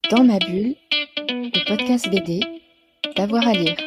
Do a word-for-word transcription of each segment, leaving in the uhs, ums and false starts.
Dans ma bulle, le podcast B D, d'avoir à lire.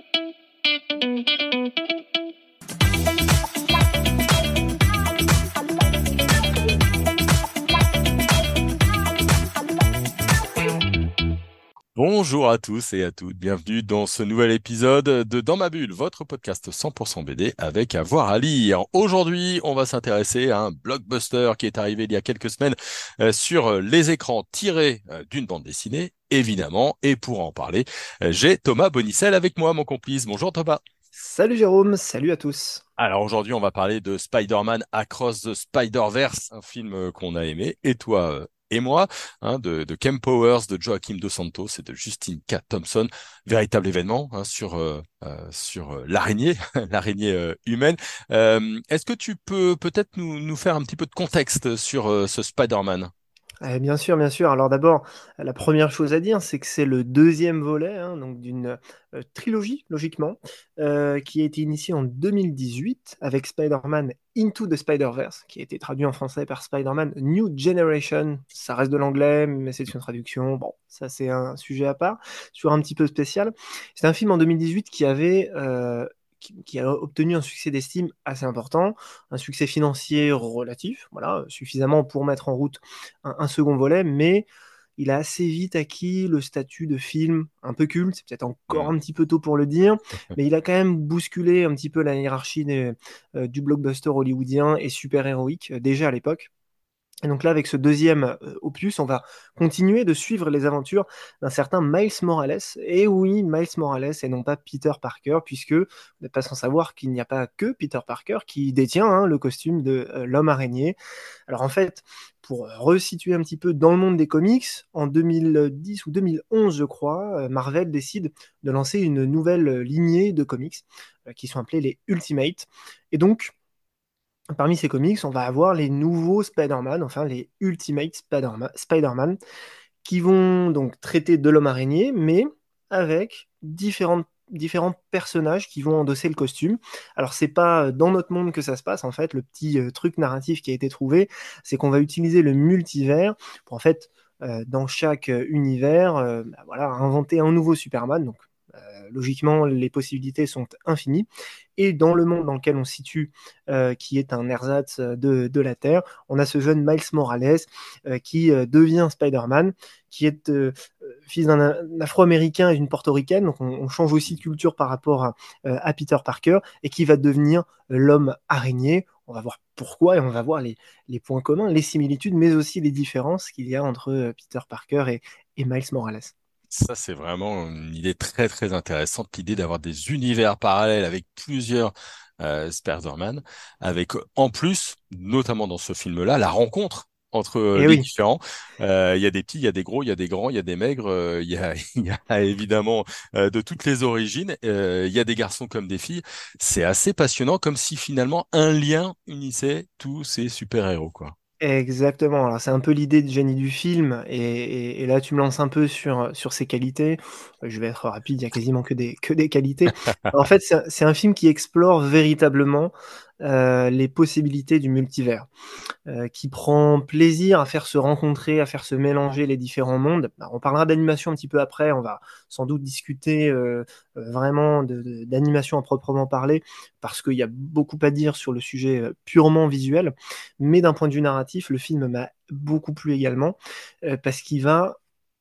Bonjour à tous et à toutes, bienvenue dans ce nouvel épisode de Dans ma bulle, votre podcast cent pour cent B D avec avoir à lire. Aujourd'hui, on va s'intéresser à un blockbuster qui est arrivé il y a quelques semaines euh, sur les écrans tirés euh, d'une bande dessinée, évidemment. Et pour en parler, euh, j'ai Thomas Bonicel avec moi, mon complice. Bonjour Thomas. Salut Jérôme, salut à tous. Alors aujourd'hui, on va parler de Spider-Man Across the Spider-Verse, un film euh, qu'on a aimé, et toi euh, et moi, hein, de, de Ken Powers, de Joaquim Dos Santos et de Justin K. Thompson. Véritable événement hein, sur euh, euh, sur euh, l'araignée, l'araignée euh, humaine. Euh, est-ce que tu peux peut-être nous, nous faire un petit peu de contexte sur euh, ce Spider-Man? Euh, bien sûr, bien sûr. Alors d'abord, la première chose à dire, c'est que c'est le deuxième volet hein, donc d'une euh, trilogie, logiquement, euh, qui a été initiée en deux mille dix-huit avec Spider-Man Into the Spider-Verse, qui a été traduit en français par Spider-Man New Generation. Ça reste de l'anglais, mais c'est une traduction. Bon, ça c'est un sujet à part, sur un petit peu spécial. C'est un film en deux mille dix-huit qui avait euh, qui, qui a obtenu un succès d'estime assez important, un succès financier relatif, voilà, suffisamment pour mettre en route un, un second volet, mais il a assez vite acquis le statut de film un peu culte, c'est peut-être encore Hmm. un petit peu tôt pour le dire, mais il a quand même bousculé un petit peu la hiérarchie des, euh, du blockbuster hollywoodien et super-héroïque, euh, déjà à l'époque. Et donc là, avec ce deuxième euh, opus, on va continuer de suivre les aventures d'un certain Miles Morales. Et oui, Miles Morales et non pas Peter Parker, puisque vous n'êtes pas sans savoir qu'il n'y a pas que Peter Parker qui détient hein, le costume de euh, l'homme araignée. Alors en fait, pour resituer un petit peu dans le monde des comics, en deux mille dix ou deux mille onze, je crois, euh, Marvel décide de lancer une nouvelle lignée de comics euh, qui sont appelés les Ultimates. Et donc, parmi ces comics, on va avoir les nouveaux Spider-Man, enfin les Ultimate Spider-Man, Spider-Man, qui vont donc traiter de l'homme araignée, mais avec différentes, différents personnages qui vont endosser le costume. Alors c'est pas dans notre monde que ça se passe en fait. Le petit euh, truc narratif qui a été trouvé, c'est qu'on va utiliser le multivers pour en fait euh, dans chaque euh, univers, euh, bah, voilà, inventer un nouveau Superman. Donc euh, logiquement, les possibilités sont infinies. Et dans le monde dans lequel on se situe, euh, qui est un ersatz de, de la Terre, on a ce jeune Miles Morales euh, qui euh, devient Spider-Man, qui est euh, fils d'un d'un Afro-Américain et d'une Portoricaine, donc on, on change aussi de culture par rapport à, euh, à Peter Parker, et qui va devenir l'homme araignée. On va voir pourquoi et on va voir les, les points communs, les similitudes, mais aussi les différences qu'il y a entre euh, Peter Parker et, et Miles Morales. Ça, c'est vraiment une idée très très intéressante, l'idée d'avoir des univers parallèles avec plusieurs euh, Spider-Man, avec en plus, notamment dans ce film-là, la rencontre entre euh, Et les oui, différents. Euh, Il y a des petits, il y a des gros, il y a des grands, il y a des maigres, euh, il y a, il y a évidemment euh, de toutes les origines. Euh, il y a des garçons comme des filles. C'est assez passionnant, comme si finalement un lien unissait tous ces super-héros, quoi. exactement. Alors, c'est un peu l'idée de génie du film, et, et- et là, tu me lances un peu sur, sur ses qualités. Je vais être rapide, il y a quasiment que des, que des qualités. En fait, c'est un c'est un film qui explore véritablement euh, les possibilités du multivers. Euh, qui prend plaisir à faire se rencontrer, à faire se mélanger les différents mondes. Bah, on parlera d'animation un petit peu après, on va sans doute discuter euh, euh, vraiment de- de- d'animation à proprement parler, parce qu'il y a beaucoup à dire sur le sujet euh, purement visuel, mais d'un point de vue narratif, le film m'a beaucoup plu également, euh, parce qu'il va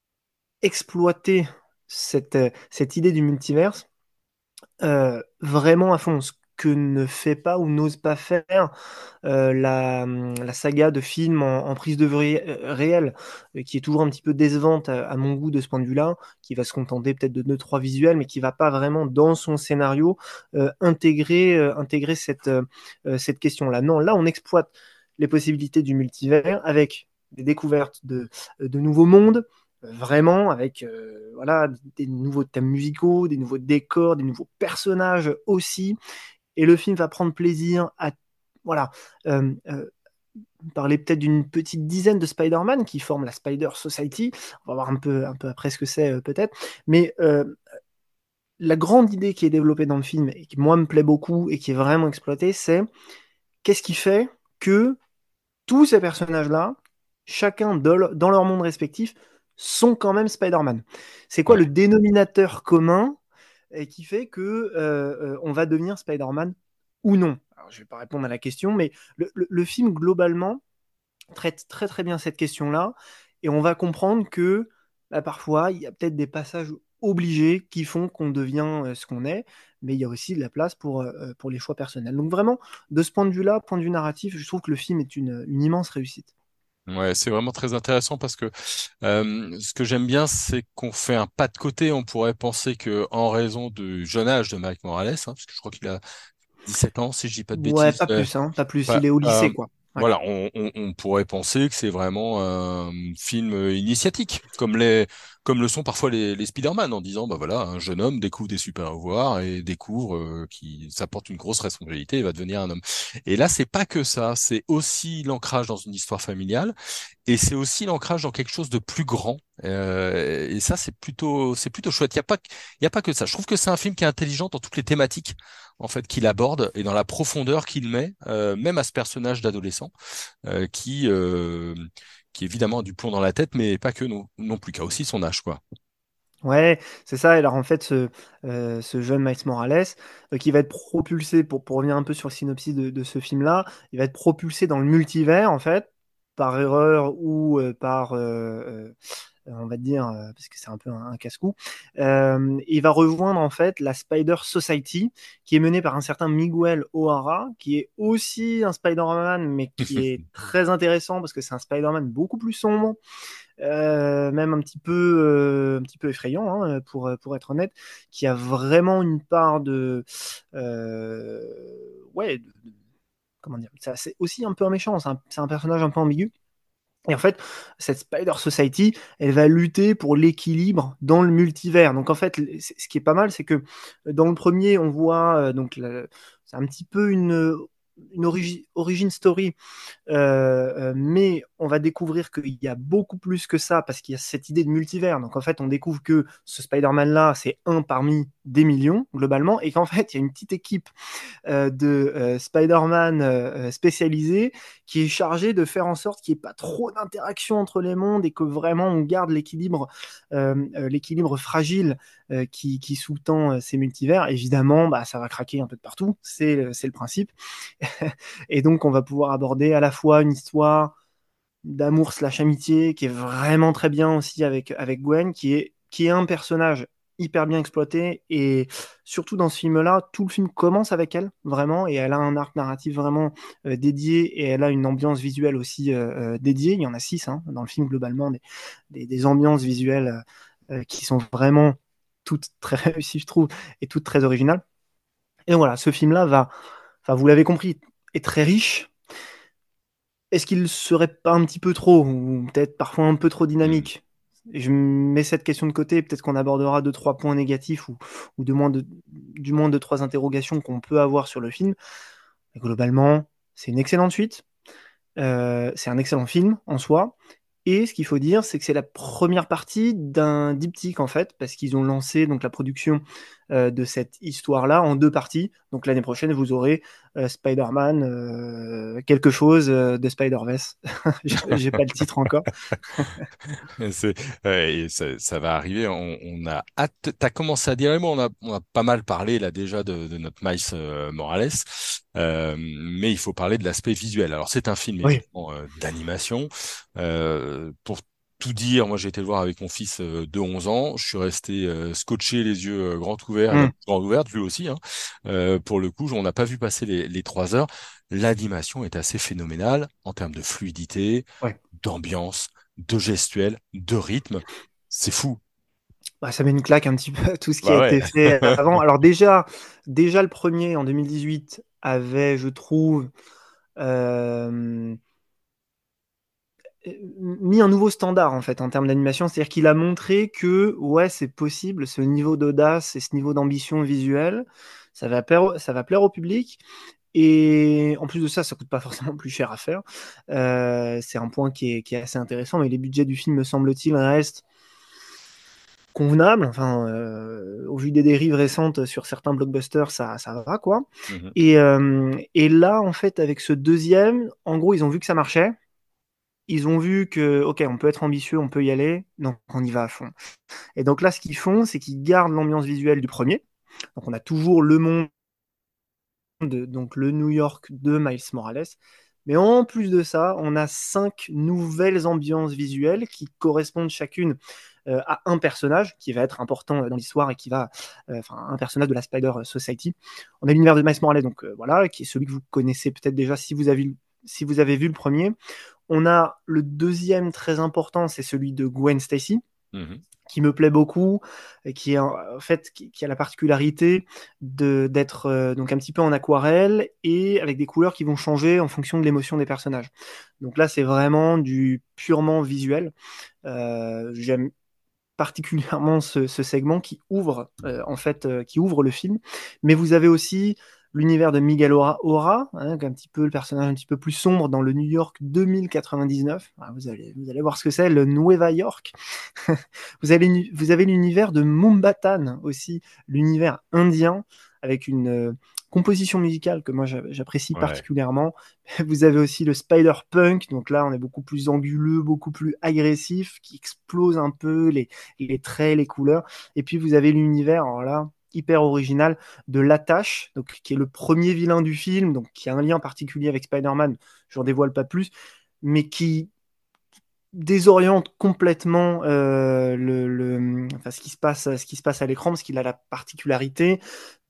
exploiter cette, euh, cette idée du multiverse euh, vraiment à fond. Ce que ne fait pas ou n'ose pas faire euh, la, la saga de films en, en prise de vue ré- euh, réelle, euh, qui est toujours un petit peu décevante à, à mon goût de ce point de vue-là, qui va se contenter peut-être de deux, trois visuels, mais qui va pas vraiment dans son scénario euh, intégrer, euh, intégrer cette, euh, euh, cette question-là. Non, là, on exploite les possibilités du multivers avec des découvertes de, de nouveaux mondes, euh, vraiment avec euh, voilà, des nouveaux thèmes musicaux, des nouveaux décors, des nouveaux personnages aussi. Et le film va prendre plaisir à voilà, euh, euh, parler peut-être d'une petite dizaine de Spider-Man qui forment la Spider Society. On va voir un peu, un peu après ce que c'est euh, peut-être. Mais euh, la grande idée qui est développée dans le film et qui moi me plaît beaucoup et qui est vraiment exploitée, c'est qu'est-ce qui fait que tous ces personnages-là, chacun de le- dans leur monde respectif, sont quand même Spider-Man. C'est quoi Ouais. le dénominateur commun euh, qui fait que euh, euh, on va devenir Spider-Man ou non? Alors, je vais pas répondre à la question, mais le, le- le film globalement traite très très bien cette question-là, et on va comprendre que bah, parfois il y a peut-être des passages obligés qui font qu'on devient euh, ce qu'on est, mais il y a aussi de la place pour, euh, pour les choix personnels. Donc vraiment, de ce point de vue-là, point de vue narratif, je trouve que le film est une, une immense réussite. Ouais, c'est vraiment très intéressant parce que euh, ce que j'aime bien, c'est qu'on fait un pas de côté. On pourrait penser que en raison du jeune âge de Mike Morales, hein, parce que je crois qu'il a dix-sept ans, si je dis pas de Ouais, bêtises, pas euh, plus, hein, pas plus, pas- il est au euh, lycée, quoi. Ouais. voilà, on, on, on pourrait penser que c'est vraiment un film initiatique, comme les, comme le sont parfois les, les Spider-Man, en disant, bah voilà, un jeune homme découvre des super pouvoirs et découvre euh, qu'il s'apporte une grosse responsabilité et va devenir un homme. Et là, c'est pas que ça, c'est aussi l'ancrage dans une histoire familiale et c'est aussi l'ancrage dans quelque chose de plus grand. Euh, et ça, c'est plutôt, c'est plutôt chouette. Il y a pas, il y a pas que ça. Je trouve que c'est un film qui est intelligent dans toutes les thématiques en fait qu'il aborde et dans la profondeur qu'il met, euh, même à ce personnage d'adolescent euh, qui, euh, qui évidemment a du plomb dans la tête, mais pas que non, non plus, qu'à aussi son âge, quoi. Ouais, c'est ça. Et alors en fait, ce, euh, ce jeune Miles Morales, euh, qui va être propulsé, pour, pour revenir un peu sur le synopsis de, de ce film-là, il va être propulsé dans le multivers, en fait, par erreur ou euh, par, euh, euh, on va dire, euh, parce que c'est un peu un, un casse-cou. Euh, il va rejoindre en fait la Spider Society, qui est menée par un certain Miguel O'Hara, qui est aussi un Spider-Man, mais qui est très intéressant parce que c'est un Spider-Man beaucoup plus sombre, euh, même un petit peu, euh, un petit peu effrayant, hein, pour, pour être honnête, qui a vraiment une part de, euh, ouais, de- de- comment dire, ça, c'est aussi un peu un méchant, c'est un, c'est un personnage un peu ambigu. Et en fait, cette Spider Society, elle va lutter pour l'équilibre dans le multivers. Donc en fait, ce qui est pas mal, c'est que dans le premier, on voit euh, donc la- c'est un petit peu une une origi- origin story, euh, euh, mais on va découvrir qu'il y a beaucoup plus que ça parce qu'il y a cette idée de multivers. Donc en fait, on découvre que ce Spider-Man-là, c'est un parmi des millions globalement, et qu'en fait, il y a une petite équipe euh, de euh, Spider-Man euh, spécialisé qui est chargé de faire en sorte qu'il n'y ait pas trop d'interaction entre les mondes et que vraiment on garde l'équilibre euh, euh, l'équilibre fragile euh, qui, qui sous-tend euh, ces multivers. Évidemment, bah, ça va craquer un peu de partout, c'est, c'est le principe. Et donc on va pouvoir aborder à la fois une histoire d'amour slash amitié qui est vraiment très bien aussi avec, avec Gwen, qui est, qui est un personnage hyper bien exploité, et surtout dans ce film-là, tout le film commence avec elle, vraiment, et elle a un arc narratif vraiment euh, dédié, et elle a une ambiance visuelle aussi euh, euh, dédiée. Il y en a six hein, dans le film globalement, des, des, des ambiances visuelles euh, qui sont vraiment toutes très réussies, je trouve, et toutes très originales. Et voilà, ce film-là va, enfin vous l'avez compris, est très riche. Est-ce qu'il serait pas un petit peu trop, ou peut-être parfois un peu trop Hmm. dynamique? Et je mets cette question de côté, peut-être qu'on abordera deux, trois points négatifs, ou, ou de moins de, du moins deux, trois interrogations qu'on peut avoir sur le film. Mais globalement, c'est une excellente suite. Euh, c'est un excellent film en soi. Et ce qu'il faut dire, c'est que c'est la première partie d'un diptyque en fait, parce qu'ils ont lancé donc la production euh, de cette histoire-là en deux parties. Donc l'année prochaine, vous aurez euh, Spider-Man, euh, quelque chose euh, de Spider-Verse. J'ai pas le titre encore. C'est, ouais, et ça, ça va arriver. On, on a hâte. T'as commencé à dire, et moi, on a, on a pas mal parlé là déjà de, de notre Miles euh, Morales, euh, mais il faut parler de l'aspect visuel. Alors c'est un film Oui. évidemment euh, d'animation. Euh, pour tout dire, moi j'ai été le voir avec mon fils euh, de onze ans. Je suis resté euh, scotché, les yeux euh, grands ouverts et la Mm. bouche grande ouverte, lui aussi. Hein. Euh, pour le coup, on n'a pas vu passer les, les trois heures. L'animation est assez phénoménale en termes de fluidité, Ouais. d'ambiance, de gestuelle, de rythme. C'est fou. Bah, ça met une claque un petit peu à tout ce qui a Bah ouais. été fait avant. Alors déjà, déjà le premier en deux mille dix-huit avait, je trouve, euh, mis un nouveau standard en fait en termes d'animation, c'est-à-dire qu'il a montré que ouais c'est possible, ce niveau d'audace et ce niveau d'ambition visuelle, ça va plaire, ça va plaire au public, et en plus de ça, ça coûte pas forcément plus cher à faire. Euh, c'est un point qui est, qui est assez intéressant, mais les budgets du film, me semble-t-il, restent convenables. Enfin, euh, au vu des dérives récentes sur certains blockbusters, ça, ça va quoi. Mhm. Et, euh, et là, en fait, avec ce deuxième, en gros, ils ont vu que ça marchait. ils ont vu que, ok, on peut être ambitieux, on peut y aller, donc on y va à fond. Et donc là, ce qu'ils font, c'est qu'ils gardent l'ambiance visuelle du premier. Donc on a toujours le monde, donc le New York de Miles Morales. Mais en plus de ça, on a cinq nouvelles ambiances visuelles qui correspondent chacune euh, à un personnage qui va être important dans l'histoire et qui va, euh, enfin, un personnage de la Spider Society. On a l'univers de Miles Morales, donc euh, voilà, qui est celui que vous connaissez peut-être déjà si vous avez, si vous avez vu le premier. On a le deuxième très important, c'est celui de Gwen Stacy, Mhm. qui me plaît beaucoup, et qui est en fait qui, qui a la particularité de d'être euh, donc un petit peu en aquarelle et avec des couleurs qui vont changer en fonction de l'émotion des personnages. Donc là, c'est vraiment du purement visuel. Euh, j'aime particulièrement ce, ce segment qui ouvre euh, en fait euh, qui ouvre le film, mais vous avez aussi l'univers de Miguel Ora, Ora hein, un petit peu le personnage un petit peu plus sombre dans le New York deux mille quatre-vingt-dix-neuf. Ah, vous allez vous allez voir ce que c'est, le Nueva York. vous avez vous avez l'univers de Mumbatan aussi, l'univers indien avec une euh, composition musicale que moi j'apprécie Ouais. particulièrement. Vous avez aussi le Spider-Punk, donc là on est beaucoup plus anguleux, beaucoup plus agressif, qui explose un peu les, les traits, les couleurs. Et puis vous avez l'univers, alors là, hyper original, de l'Attache, donc qui est le premier vilain du film, donc qui a un lien particulier avec Spider-Man, j'en dévoile pas plus, mais qui désoriente complètement euh, le, le, enfin, ce qui se passe, ce qui se passe à l'écran, parce qu'il a la particularité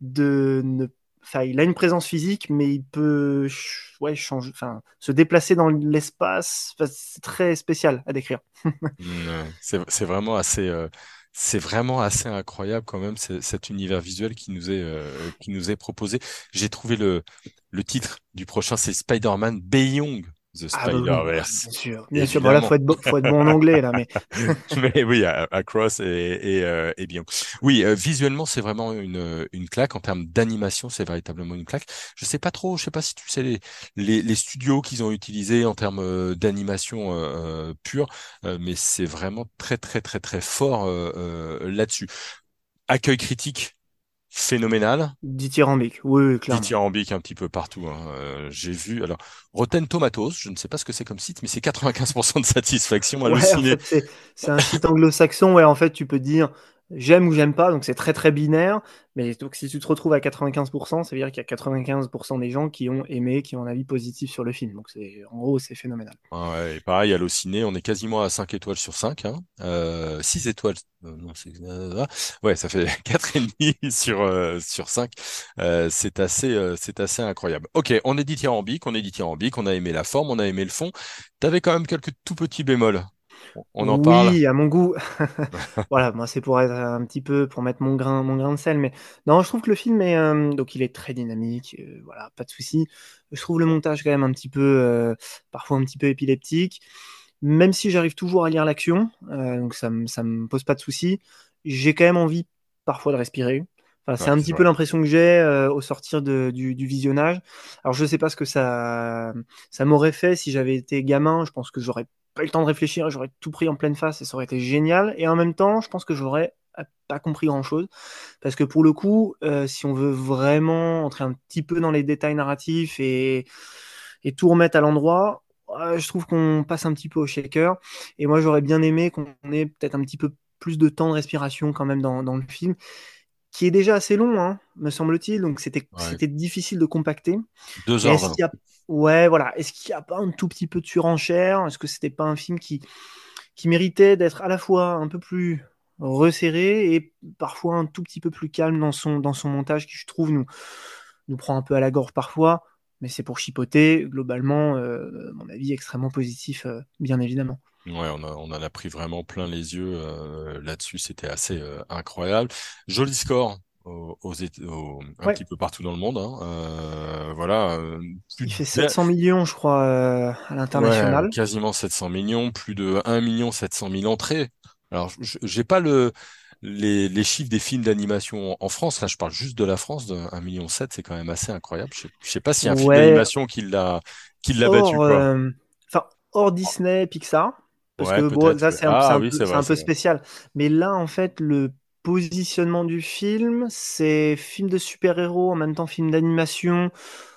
de ne, enfin, il a une présence physique, mais il peut, ouais, changer, enfin, se déplacer dans l'espace. Enfin, c'est très spécial à décrire. Mm, ouais. C'est c'est vraiment assez euh, c'est vraiment assez incroyable quand même c'est- cet univers visuel qui nous est euh, qui nous est proposé. J'ai trouvé le le titre du prochain, c'est Spider-Man Beyond the Ah bah oui, bah, Spider-Verse. bien sûr, bien sûr. Bon là, faut Évidemment. être, bo- faut être bon en anglais là, mais Mais oui, a- Across et, et, euh, et bien. Oui, euh, visuellement, c'est vraiment une, une claque. En termes d'animation, c'est véritablement une claque. Je sais pas trop, je sais pas si tu sais les, les, les studios qu'ils ont utilisés en termes euh, d'animation euh, euh, pure, euh, mais c'est vraiment très, très, très, très fort euh, euh, là-dessus. Accueil critique phénoménal. dithyrambique. Oui, oui, clairement. Dithyrambique un petit peu partout, hein. Euh, j'ai vu, alors, Rotten Tomatoes, je ne sais pas ce que c'est comme site, mais c'est quatre-vingt-quinze pour cent de satisfaction, Ouais, en halluciné. fait, c'est c'est un site anglo-saxon. Ouais, en fait, tu peux dire j'aime ou j'aime pas, donc c'est très très binaire. Mais donc, si tu te retrouves à quatre-vingt-quinze pour cent, ça veut dire qu'il y a quatre-vingt-quinze pour cent des gens qui ont aimé, qui ont un avis positif sur le film. Donc, c'est en gros, c'est phénoménal. Ah ouais, et pareil, Allociné, on est quasiment à cinq étoiles sur cinq, hein. Euh, six étoiles. euh, non, c'est, euh, ah, ouais, ça fait quatre et demi sur, euh, sur cinq. Euh, c'est assez, euh, c'est assez incroyable. Ok, on est dithyrambique, on est dithyrambique, on a aimé la forme, on a aimé le fond. T'avais quand même quelques tout petits bémols. On en parle. Oui, à mon goût. Voilà, moi c'est pour être un petit peu pour mettre mon grain, mon grain de sel, mais non, je trouve que le film est euh, donc il est très dynamique, euh, voilà, pas de souci. Je trouve le montage quand même un petit peu, euh, parfois un petit peu épileptique, même si j'arrive toujours à lire l'action, euh, donc ça me ça me pose pas de souci. J'ai quand même envie parfois de respirer. Enfin, c'est Ouais, un c'est petit peu vrai. l'impression que j'ai euh, au sortir de- du, du visionnage. Alors je sais pas ce que ça ça m'aurait fait si j'avais été gamin. Je pense que j'aurais pas eu le temps de réfléchir, j'aurais tout pris en pleine face et ça aurait été génial. Et en même temps, je pense que j'aurais pas compris grand-chose. Parce que pour le coup, euh, si on veut vraiment entrer un petit peu dans les détails narratifs et, et tout remettre à l'endroit, euh, je trouve qu'on passe un petit peu au shaker. Et moi, j'aurais bien aimé qu'on ait peut-être un petit peu plus de temps de respiration quand même dans, dans le film, qui est déjà assez long, hein, me semble-t-il. Donc c'était Ouais. c'était difficile de compacter. Mais est-ce deux heures vingt. qu'il y a ouais, voilà, est-ce qu'il n'y a pas un tout petit peu de surenchère? Est-ce que c'était pas un film qui, qui méritait d'être à la fois un peu plus resserré et parfois un tout petit peu plus calme dans son, dans son montage qui, je trouve, nous, nous prend un peu à la gorge parfois, mais c'est pour chipoter. Globalement, euh, mon avis extrêmement positif, euh, bien évidemment. Ouais, on a, on en a pris vraiment plein les yeux euh, là-dessus, c'était assez euh, incroyable. Joli score aux, aux Éta- au- un Ouais, petit peu partout dans le monde, hein. Euh, voilà, euh, plus il fait de- sept cents millions, je crois, euh, à ouais, l'international. quasiment sept cents millions, plus de un million sept cent mille entrées. Alors, je- j'ai pas le les, les chiffres des films d'animation en, en France. Là, je parle juste de la France, de un million sept, c'est quand même assez incroyable. Je sais, je sais pas s'il y a un film Ouais, d'animation qui l'a qui l'a battu, hors, quoi. euh, enfin, hors Disney, Pixar, parce Ouais, que bon, peut-être. ça Ouais. c'est un, c'est Ah un oui, peu, c'est c'est vrai, un c'est peu vrai. spécial. Mais là, en fait, le positionnement du film, c'est film de super-héros, en même temps film d'animation.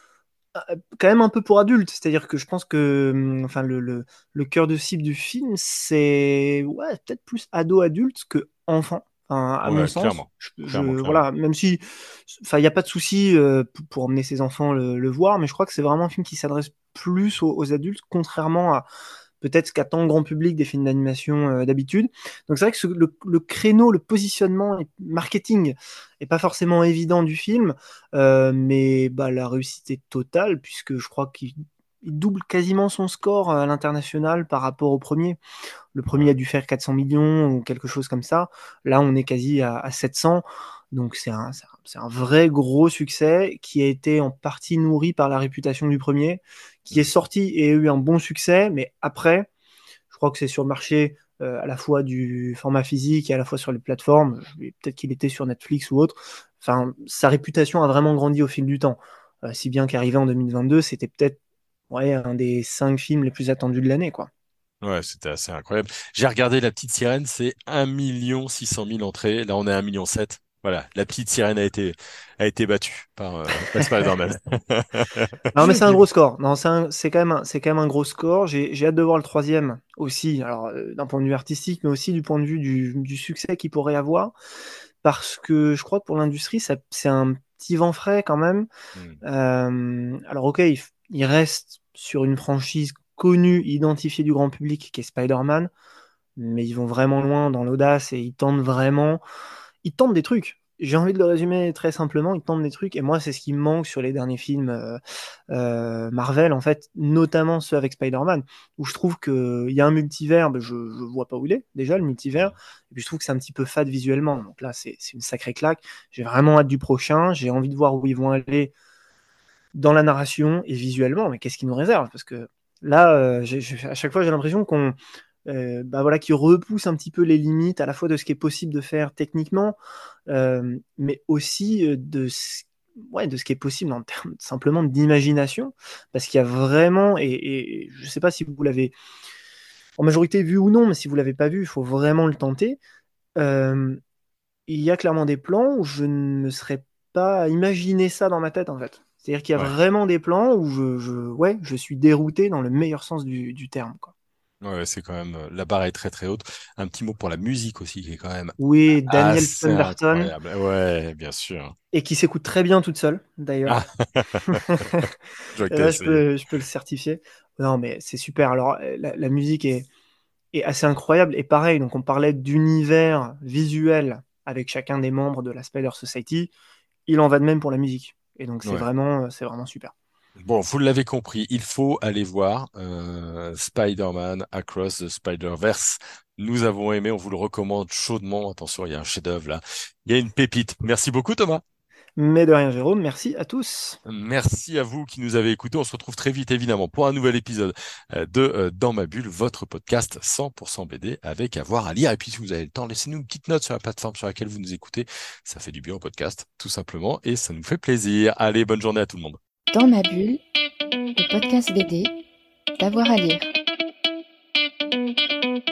quand même un peu pour adultes, c'est-à-dire que je pense que hum, enfin le, le, le cœur de cible du film, c'est ouais, peut-être plus ado-adulte que enfant. Enfin, à mon Ouais, sens, clairement. je, je- Clairement, clairement. voilà, même si enfin il n'y a pas de souci euh, pour, pour emmener ses enfants le, le voir, mais je crois que c'est vraiment un film qui s'adresse plus aux, aux adultes, contrairement à peut-être ce qu'attend le grand public des films d'animation euh, d'habitude. Donc c'est vrai que ce- le, le créneau, le positionnement et marketing est pas forcément évident du film, euh, mais bah, la réussite est totale puisque je crois qu'il il double quasiment son score à l'international par rapport au premier. Le premier Ouais. a dû faire quatre cents millions ou quelque chose comme ça. Là, on est quasi à, à sept cents. Donc c'est un, c'est un, c'est un vrai gros succès qui a été en partie nourri par la réputation du premier, qui est Mhm. sorti et a eu un bon succès, mais après, je crois que c'est sur le marché euh, à la fois du format physique et à la fois sur les plateformes. Peut-être qu'il était sur Netflix ou autre. Enfin, sa réputation a vraiment grandi au fil du temps. Euh, si bien qu'arrivé en deux mille vingt-deux, c'était peut-être ouais, un des cinq films les plus attendus de l'année, quoi. Ouais, c'était assez incroyable. J'ai regardé La Petite Sirène, c'est un million six cent mille entrées. Là, on est à un million sept. Voilà, La Petite Sirène a été, a été battue par, euh, par Spider-Man. Non, mais c'est un Il- gros score. Non, c'est un- c'est quand même, un- c'est quand même un gros score. J'ai, j'ai hâte de voir le troisième aussi. Alors, euh, d'un point de vue artistique, mais aussi du point de vue du, du succès qu'il pourrait avoir. Parce que je crois que pour l'industrie, ça- c'est un petit vent frais quand même. Hmm. Euh, alors, ok, il, f- il reste sur une franchise connue, identifiée du grand public, qui est Spider-Man. Mais ils vont vraiment loin dans l'audace et ils tentent vraiment ils tentent des trucs. J'ai envie de le résumer très simplement, ils tentent des trucs, et moi c'est ce qui me manque sur les derniers films euh, euh, Marvel, en fait, notamment ceux avec Spider-Man, où je trouve qu'il y a un multivers, ben, je, je vois pas où il est, déjà, le multivers, Hmm. et puis je trouve que c'est un petit peu fade visuellement, donc là c'est c'est une sacrée claque, j'ai vraiment hâte du prochain, j'ai envie de voir où ils vont aller dans la narration et visuellement, mais qu'est-ce qu'ils nous réservent, parce que là, euh, j'ai- j'ai- à chaque fois j'ai l'impression qu'on euh, bah voilà, qui repousse un petit peu les limites à la fois de ce qui est possible de faire techniquement, euh, mais aussi euh, de ce, ouais, de ce qui est possible en termes simplement d'imagination, parce qu'il y a vraiment, et, et je ne sais pas si vous l'avez en majorité vu ou non, mais si vous l'avez pas vu, il faut vraiment le tenter. Euh, il y a clairement des plans où je ne me serais pas imaginé ça dans ma tête en fait. C'est-à-dire qu'il y a Ouais. vraiment des plans où je, je, ouais, je suis dérouté dans le meilleur sens du, du terme, quoi. Ouais, c'est quand même, euh, la barre est très très haute. Un petit mot pour la musique aussi, qui est quand même Oui, Daniel assez Pemberton, incroyable. Ouais, bien sûr. et qui s'écoute très bien toute seule, d'ailleurs. Ah, je vois que Et t'as là, je essayé. peux, je peux le certifier. Non, mais c'est super. Alors, euh, la, la musique est, est assez incroyable. Et pareil, donc on parlait d'univers visuel avec chacun des membres de la Spider Society. Il en va de même pour la musique. Et donc, c'est Ouais. vraiment, c'est vraiment super. Bon, vous l'avez compris, il faut aller voir euh, Spider-Man Across the Spider-Verse. Nous avons aimé, on vous le recommande chaudement. Attention, il y a un chef-d'œuvre là. Il y a une pépite. Merci beaucoup, Thomas. Mais de rien, Jérôme. Merci à tous. Merci à vous qui nous avez écoutés. On se retrouve très vite, évidemment, pour un nouvel épisode euh, de euh, Dans ma bulle, votre podcast cent pour cent B D avec à voir, à lire. Et puis, si vous avez le temps, laissez-nous une petite note sur la plateforme sur laquelle vous nous écoutez. Ça fait du bien au podcast, tout simplement, et ça nous fait plaisir. Allez, bonne journée à tout le monde. Dans ma bulle, le podcast B D, d'avoir à lire.